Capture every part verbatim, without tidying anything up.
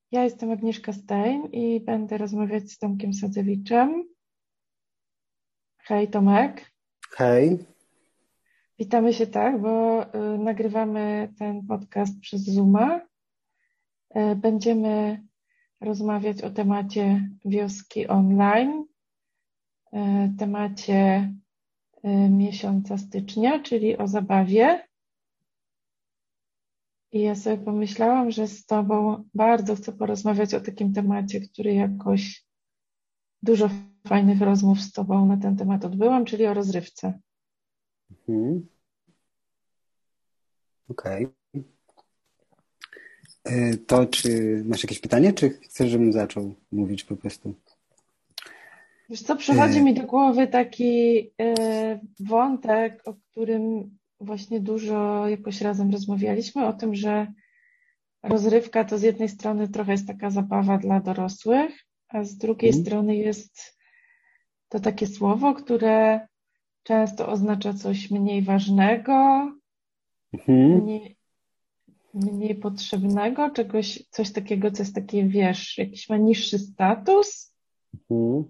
Ja jestem Agnieszka Stein i będę rozmawiać z Tomkiem Sadzewiczem. Hej Tomek. Hej. Witamy się tak, bo y, nagrywamy ten podcast przez Zooma. Y, będziemy rozmawiać o temacie wioski online, y, temacie y, miesiąca stycznia, czyli o zabawie. I ja sobie pomyślałam, że z Tobą bardzo chcę porozmawiać o takim temacie, który jakoś dużo fajnych rozmów z Tobą na ten temat odbyłam, czyli o rozrywce. Mhm. Okej. Y, To czy masz jakieś pytanie, czy chcesz, żebym zaczął mówić po prostu? Wiesz co, przychodzi Y, mi do głowy taki e, wątek, o którym właśnie dużo jakoś razem rozmawialiśmy, o tym, że rozrywka to z jednej strony trochę jest taka zabawa dla dorosłych, a z drugiej mhm. strony jest to takie słowo, które często oznacza coś mniej ważnego, Mhm. mniej, mniej potrzebnego, czegoś, coś takiego, co jest takie, wiesz, jakiś ma niższy status. Mhm.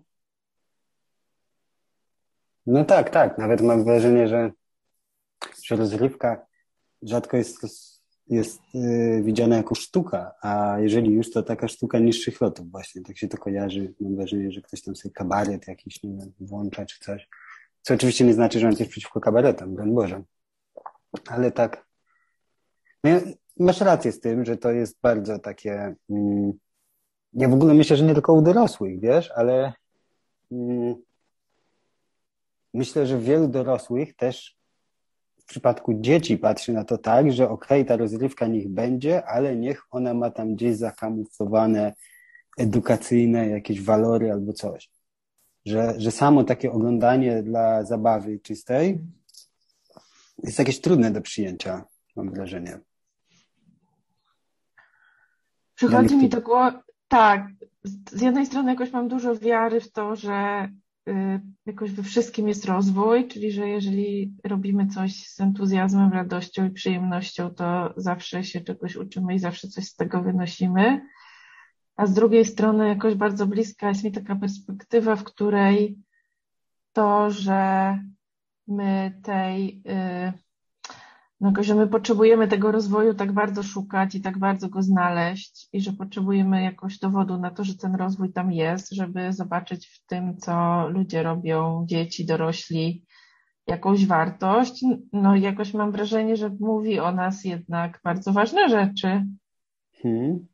No tak, tak. Nawet mam wrażenie, że, że rozrywka rzadko jest, jest y, widziana jako sztuka, a jeżeli już, to taka sztuka niższych lotów właśnie. Tak się to kojarzy. Mam wrażenie, że ktoś tam sobie kabaret jakiś, nie wiem, włącza czy coś. Co oczywiście nie znaczy, że mam coś przeciwko kabaretom, broń Boże. Ale tak. No ja, masz rację z tym, że to jest bardzo takie. Mm, ja w ogóle myślę, że nie tylko u dorosłych, wiesz, ale mm, myślę, że wielu dorosłych też w przypadku dzieci patrzy na to tak, że okej, okay, ta rozrywka niech będzie, ale niech ona ma tam gdzieś zakamuflowane edukacyjne jakieś walory albo coś. Że, że samo takie oglądanie dla zabawy czystej jest jakieś trudne do przyjęcia, mam wrażenie. Dla Przychodzi mi niektórych. do głowy, tak, z z jednej strony jakoś mam dużo wiary w to, że y, jakoś we wszystkim jest rozwój, czyli że jeżeli robimy coś z entuzjazmem, radością i przyjemnością, to zawsze się czegoś uczymy i zawsze coś z tego wynosimy. A z drugiej strony jakoś bardzo bliska jest mi taka perspektywa, w której to, że my tej y, no, jakoś, że my potrzebujemy tego rozwoju tak bardzo szukać i tak bardzo go znaleźć i że potrzebujemy jakoś dowodu na to, że ten rozwój tam jest, żeby zobaczyć w tym, co ludzie robią, dzieci, dorośli, jakąś wartość. No i jakoś mam wrażenie, że mówi o nas jednak bardzo ważne rzeczy, Hmm,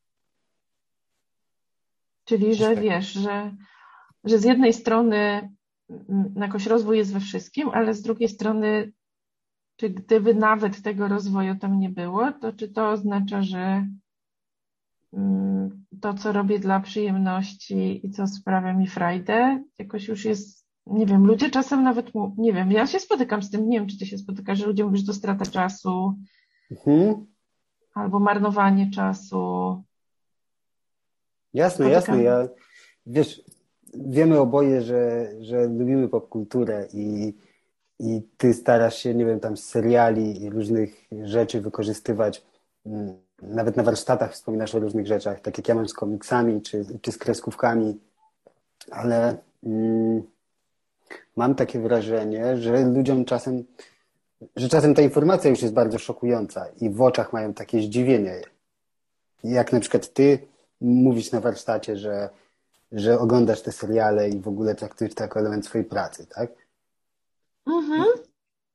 czyli też że tak. wiesz, że, że z jednej strony mm, jakoś rozwój jest we wszystkim, ale z drugiej strony czy gdyby nawet tego rozwoju tam nie było, to czy to oznacza, że mm, to, co robię dla przyjemności i co sprawia mi frajdę, jakoś już jest, nie wiem, ludzie czasem nawet, mu- nie wiem, ja się spotykam z tym, nie wiem, czy ty się spotykasz, że ludzie mówią, że to strata czasu Hmm. albo marnowanie czasu. Jasne, jasne. Spotykam. Ja, wiesz, wiemy oboje, że, że lubimy popkulturę i, i ty starasz się, nie wiem, tam z seriali i różnych rzeczy wykorzystywać. mm, Nawet na warsztatach wspominasz o różnych rzeczach, tak jak ja mam z komiksami czy, czy z kreskówkami, ale mm, mam takie wrażenie, że ludziom czasem, że czasem ta informacja już jest bardzo szokująca i w oczach mają takie zdziwienie. Jak na przykład ty mówisz na warsztacie, że że oglądasz te seriale i w ogóle traktujesz to jako element swojej pracy, tak? Mhm.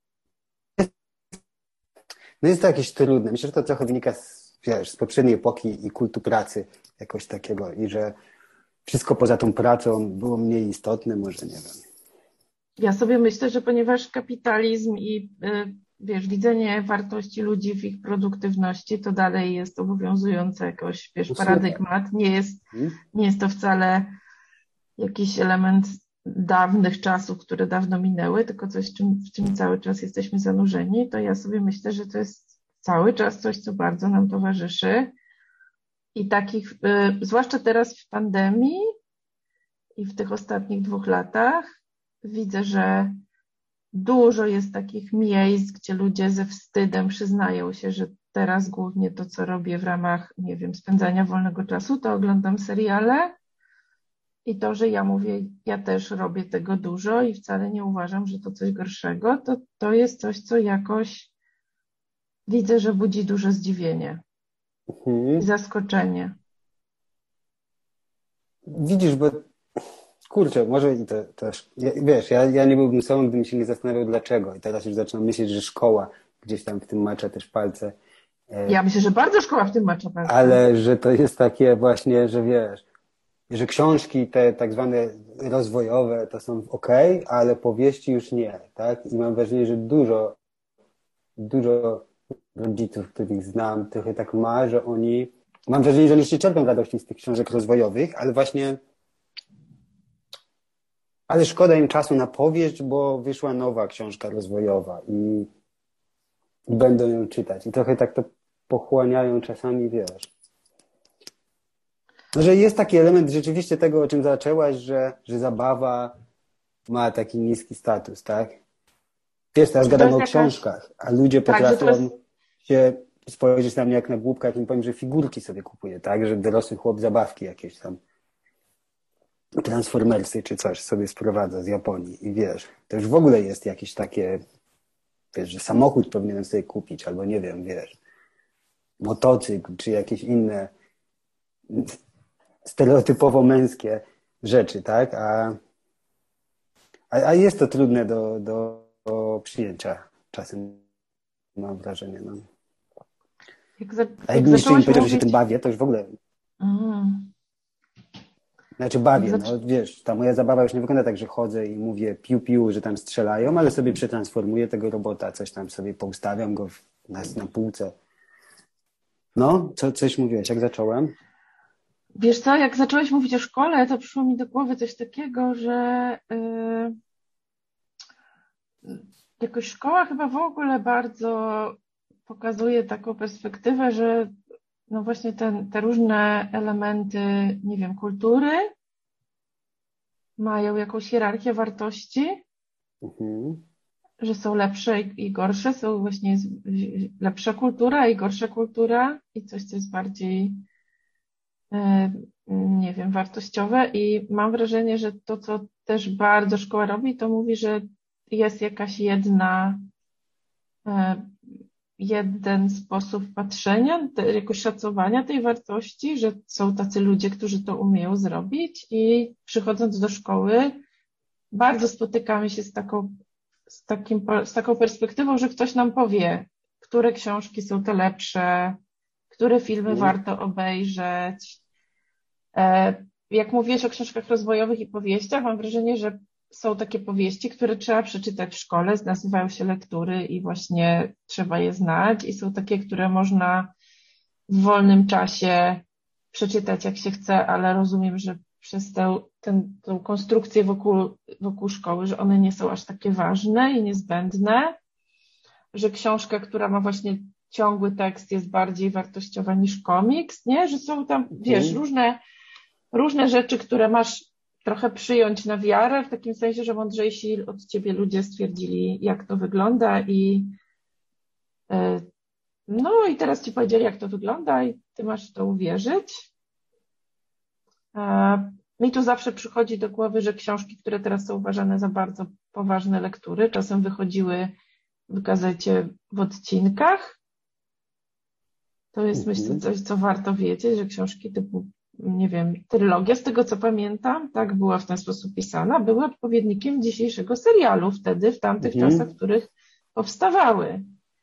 No jest to jakieś trudne. Myślę, że to trochę wynika z, wiesz, z poprzedniej epoki i kultu pracy jakoś takiego i że wszystko poza tą pracą było mniej istotne, może nie wiem. Ja sobie myślę, że ponieważ kapitalizm i y, wiesz, widzenie wartości ludzi w ich produktywności to dalej jest obowiązujące jakoś, wiesz, No super. paradygmat. Nie jest, Hmm? nie jest to wcale jakiś element dawnych czasów, które dawno minęły, tylko coś, w czym, w czym cały czas jesteśmy zanurzeni, to ja sobie myślę, że to jest cały czas coś, co bardzo nam towarzyszy. I takich, y, zwłaszcza teraz w pandemii i w tych ostatnich dwóch latach, widzę, że dużo jest takich miejsc, gdzie ludzie ze wstydem przyznają się, że teraz głównie to, co robię w ramach, nie wiem, spędzania wolnego czasu, to oglądam seriale i to, że ja mówię, ja też robię tego dużo i wcale nie uważam, że to coś gorszego, to, to jest coś, co jakoś widzę, że budzi duże zdziwienie i Mhm. zaskoczenie. Widzisz, bo kurczę, może i to też, ja, wiesz, ja, ja nie byłbym sobą, gdybym się nie zastanawiał dlaczego i teraz już zaczynam myśleć, że szkoła gdzieś tam w tym macza też palce, e, Ja myślę, że bardzo szkoła w tym macza palce. ale że to jest takie właśnie, że wiesz, że książki te tak zwane rozwojowe to są okej, ale powieści już nie, tak? I mam wrażenie, że dużo, dużo rodziców, których znam, trochę tak ma, że oni, mam wrażenie, że oni jeszcze czerpią radości z tych książek rozwojowych, ale właśnie, ale szkoda im czasu na powieść, bo wyszła nowa książka rozwojowa i, i będą ją czytać. I trochę tak to pochłaniają czasami, wiesz. No, że jest taki element rzeczywiście tego, o czym zaczęłaś, że, że zabawa ma taki niski status, tak? Wiesz, teraz Że to gadamy jest o jakaś, książkach, a ludzie tak, że to potrafią jest, się spojrzeć na mnie jak na głupka, jak im powiem, że figurki sobie kupuję, tak? Że dorosły chłop zabawki jakieś tam, Transformersy czy coś sobie sprowadza z Japonii i wiesz, to już w ogóle jest jakieś takie, wiesz, że samochód powinienem sobie kupić, albo nie wiem, wiesz, motocykl, czy jakieś inne stereotypowo męskie rzeczy, tak? A, a, a jest to trudne do, do, do przyjęcia czasem, mam wrażenie. No. jak, za, A jak jakbym jeszcze im zaczęłaś powiedział, że się tym mówić, bawię, to już w ogóle, mm, znaczy jak bawię, zac, no wiesz, ta moja zabawa już nie wygląda tak, że chodzę i mówię piu piu, że tam strzelają, ale sobie przetransformuję tego robota, coś tam sobie poustawiam go w, na, na półce. No, co, coś mówiłeś, jak zacząłem? wiesz co, jak zacząłeś mówić o szkole, to przyszło mi do głowy coś takiego, że y, jakoś szkoła chyba w ogóle bardzo pokazuje taką perspektywę, że no właśnie ten, te różne elementy, nie wiem, kultury mają jakąś hierarchię wartości, Mhm. że są lepsze i, i gorsze, są właśnie z- lepsza kultura i gorsza kultura i coś, co jest bardziej, e, nie wiem, wartościowe i mam wrażenie, że to, co też bardzo szkoła robi, to mówi, że jest jakaś jedna, e, jeden sposób patrzenia, te, jakoś szacowania tej wartości, że są tacy ludzie, którzy to umieją zrobić i przychodząc do szkoły bardzo spotykamy się z taką, z takim, z taką perspektywą, że ktoś nam powie, które książki są te lepsze, które filmy Mhm. warto obejrzeć. E, Jak mówiłeś o książkach rozwojowych i powieściach, mam wrażenie, że są takie powieści, które trzeba przeczytać w szkole, nazywają się lektury i właśnie trzeba je znać i są takie, które można w wolnym czasie przeczytać jak się chce, ale rozumiem, że przez tę, tę, tę konstrukcję wokół, wokół szkoły, że one nie są aż takie ważne i niezbędne, że książka, która ma właśnie ciągły tekst jest bardziej wartościowa niż komiks, nie? Że są tam, wiesz, Mhm. różne, różne rzeczy, które masz trochę przyjąć na wiarę, w takim sensie, że mądrzejsi od ciebie ludzie stwierdzili, jak to wygląda i e, no i teraz ci powiedzieli, jak to wygląda i ty masz w to uwierzyć. E, Mi tu zawsze przychodzi do głowy, że książki, które teraz są uważane za bardzo poważne lektury, czasem wychodziły w gazecie w odcinkach. To jest, myślę, Mhm. coś, co warto wiedzieć, że książki typu, nie wiem, trylogia, z tego co pamiętam, tak, była w ten sposób pisana, były odpowiednikiem dzisiejszego serialu wtedy, w tamtych czasach, w Mhm. których powstawały.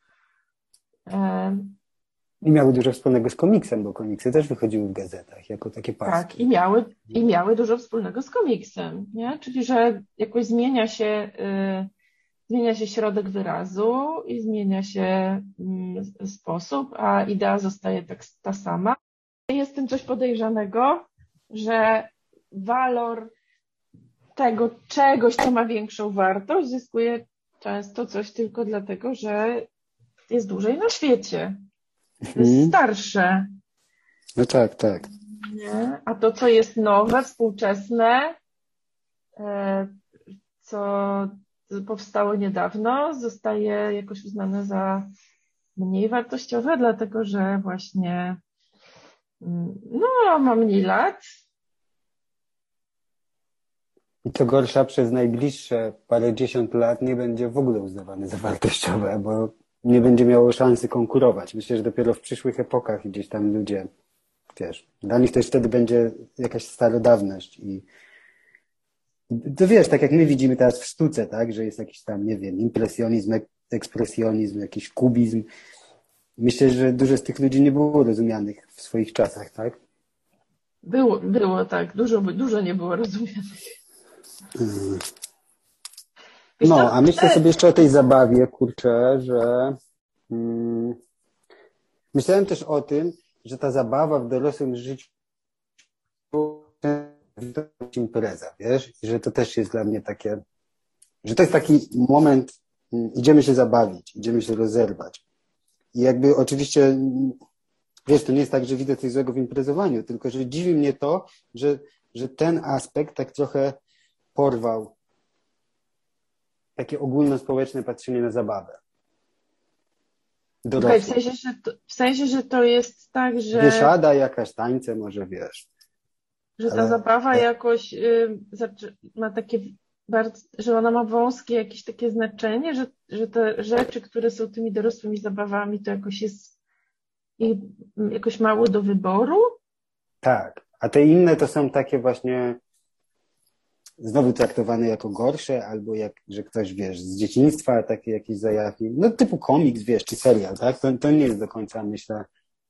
E, I miały dużo wspólnego z komiksem, bo komiksy też wychodziły w gazetach jako takie Tak, i paski. miały, i miały dużo wspólnego z komiksem, nie? Czyli, że jakoś zmienia się, y, zmienia się środek wyrazu i zmienia się y, sposób, a idea zostaje tak ta sama. Jest w tym coś podejrzanego, że walor tego czegoś, co ma większą wartość, zyskuje często coś tylko dlatego, że jest dłużej na świecie, że jest Mhm. starsze. No tak, tak. Nie? A to, co jest nowe, współczesne, e, co powstało niedawno, zostaje jakoś uznane za mniej wartościowe, dlatego że właśnie no, mam mniej lat. I co gorsza, przez najbliższe parędziesiąt lat nie będzie w ogóle uznawane za wartościowe, bo nie będzie miało szansy konkurować. Myślę, że dopiero w przyszłych epokach gdzieś tam ludzie, wiesz, dla nich też wtedy będzie jakaś starodawność i to wiesz, tak jak my widzimy teraz w sztuce, tak, że jest jakiś tam, nie wiem, impresjonizm, ekspresjonizm, jakiś kubizm. Myślę, że dużo z tych ludzi nie było rozumianych w swoich czasach, tak? Było, było tak, dużo, dużo nie było rozumianych. Hmm. Wiesz No, co? a myślę sobie jeszcze o tej zabawie, kurczę, że hmm, myślałem też o tym, że ta zabawa w dorosłym życiu to impreza, wiesz? I że to też jest dla mnie takie, że to jest taki moment, idziemy się zabawić, idziemy się rozerwać. I jakby oczywiście, wiesz, to nie jest tak, że widzę coś złego w imprezowaniu, tylko że dziwi mnie to, że, że ten aspekt tak trochę porwał takie ogólnospołeczne patrzenie na zabawę. Okej, okay, w sensie, że to, w sensie, że to jest tak, że... Bieszada jakaś, tańce może, wiesz. Że ta ale, zabawa ale... jakoś y, ma takie bardzo, że ona ma wąskie jakieś takie znaczenie, że, że te rzeczy, które są tymi dorosłymi zabawami, to jakoś jest i jakoś mało do wyboru? Tak, a te inne to są takie właśnie znowu traktowane jako gorsze, albo jak, że ktoś, wiesz, z dzieciństwa takie jakieś zajawki, no typu komiks, wiesz, czy serial, tak? To, to nie jest do końca, myślę,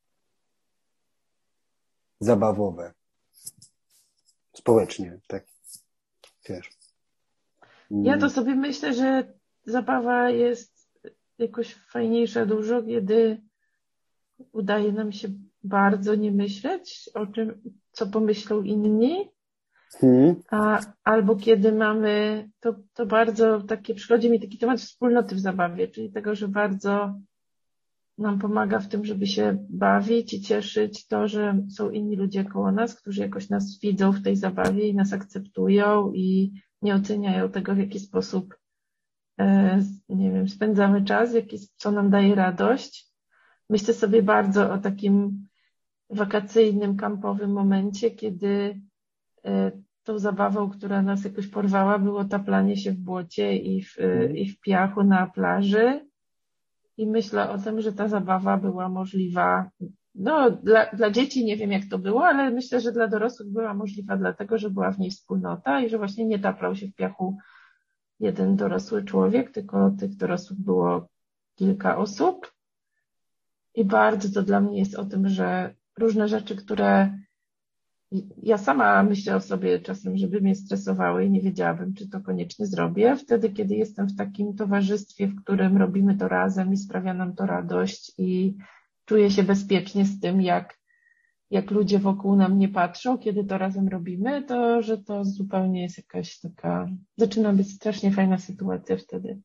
zabawowe. Społecznie, tak, wiesz. Ja to sobie myślę, że zabawa jest jakoś fajniejsza dużo, kiedy udaje nam się bardzo nie myśleć o tym, co pomyślą inni, hmm. a, albo kiedy mamy, to, to bardzo takie, przychodzi mi taki temat wspólnoty w zabawie, czyli tego, że bardzo nam pomaga w tym, żeby się bawić i cieszyć to, że są inni ludzie koło nas, którzy jakoś nas widzą w tej zabawie i nas akceptują i nie oceniają tego, w jaki sposób e, nie wiem, spędzamy czas, jaki, co nam daje radość. Myślę sobie bardzo o takim wakacyjnym, kampowym momencie, kiedy e, tą zabawą, która nas jakoś porwała, było taplanie się w błocie i w, mm. i w piachu na plaży. I myślę o tym, że ta zabawa była możliwa, no dla, dla dzieci nie wiem jak to było, ale myślę, że dla dorosłych była możliwa dlatego, że była w niej wspólnota i że właśnie nie taplał się w piachu jeden dorosły człowiek, tylko tych dorosłych było kilka osób. I bardzo to dla mnie jest o tym, że różne rzeczy, które ja sama myślę o sobie czasem, żeby mnie stresowały i nie wiedziałabym, czy to koniecznie zrobię. Wtedy, kiedy jestem w takim towarzystwie, w którym robimy to razem i sprawia nam to radość i czuję się bezpiecznie z tym, jak, jak ludzie wokół nam nie patrzą, kiedy to razem robimy, to że to zupełnie jest jakaś taka, zaczyna być strasznie fajna sytuacja wtedy.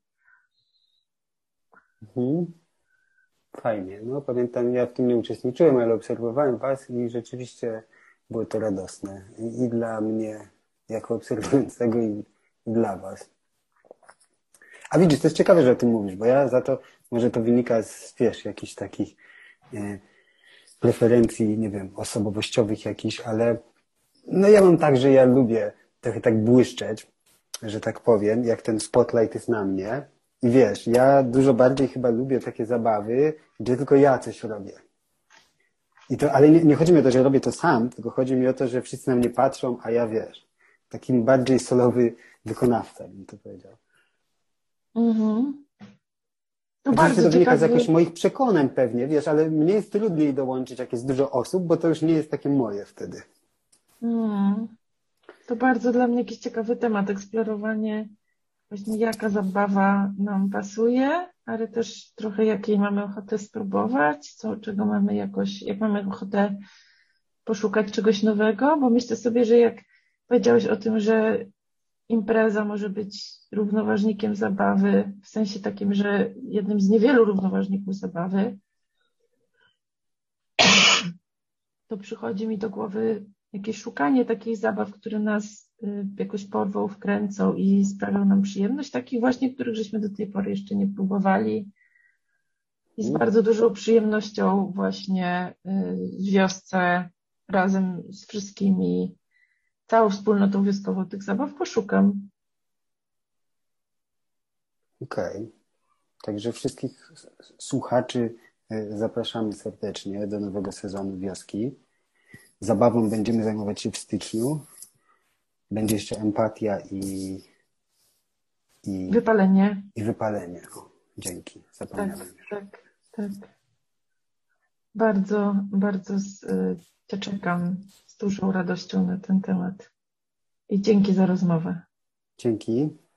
Mhm. Fajnie. No pamiętam, ja w tym nie uczestniczyłem, ale obserwowałem was i rzeczywiście było to radosne. I, i dla mnie, jako obserwującego, i, i dla was. A widzisz, to jest ciekawe, że o tym mówisz, bo ja za to, może to wynika z, wiesz, jakichś takich e, preferencji, nie wiem, osobowościowych jakichś, ale no ja mam tak, że ja lubię trochę tak błyszczeć, że tak powiem, jak ten spotlight jest na mnie. I wiesz, ja dużo bardziej chyba lubię takie zabawy, gdzie tylko ja coś robię. I to, ale nie, nie chodzi mi o to, że robię to sam, tylko chodzi mi o to, że wszyscy na mnie patrzą, a ja, wiesz, takim bardziej solowy wykonawca, bym to powiedział. Mhm. To Oczywiście to wynika z jakichś moich przekonań pewnie, wiesz, ale mnie jest trudniej dołączyć, jak jest dużo osób, bo to już nie jest takie moje wtedy. Hmm. To bardzo dla mnie jakiś ciekawy temat, eksplorowanie właśnie jaka zabawa nam pasuje, ale też trochę jakiej mamy ochotę spróbować, co, czego mamy jakoś, jak mamy ochotę poszukać czegoś nowego, bo myślę sobie, że jak powiedziałeś o tym, że impreza może być równoważnikiem zabawy, w sensie takim, że jednym z niewielu równoważników zabawy, to przychodzi mi do głowy jakieś szukanie takich zabaw, które nas jakoś porwą, wkręcą i sprawią nam przyjemność, takich właśnie, których żeśmy do tej pory jeszcze nie próbowali I z bardzo dużą przyjemnością właśnie y, w wiosce razem z wszystkimi, całą wspólnotą wioskową tych zabaw poszukam. Okej. Okay. Także wszystkich słuchaczy zapraszamy serdecznie do nowego sezonu Wioski. Zabawą będziemy zajmować się w styczniu. Będzie jeszcze empatia i... i wypalenie. I wypalenie. O, dzięki. Zapomniałem. Tak, tak, tak. Bardzo, bardzo z, Cię czekam z dużą radością na ten temat. I dzięki za rozmowę. Dzięki.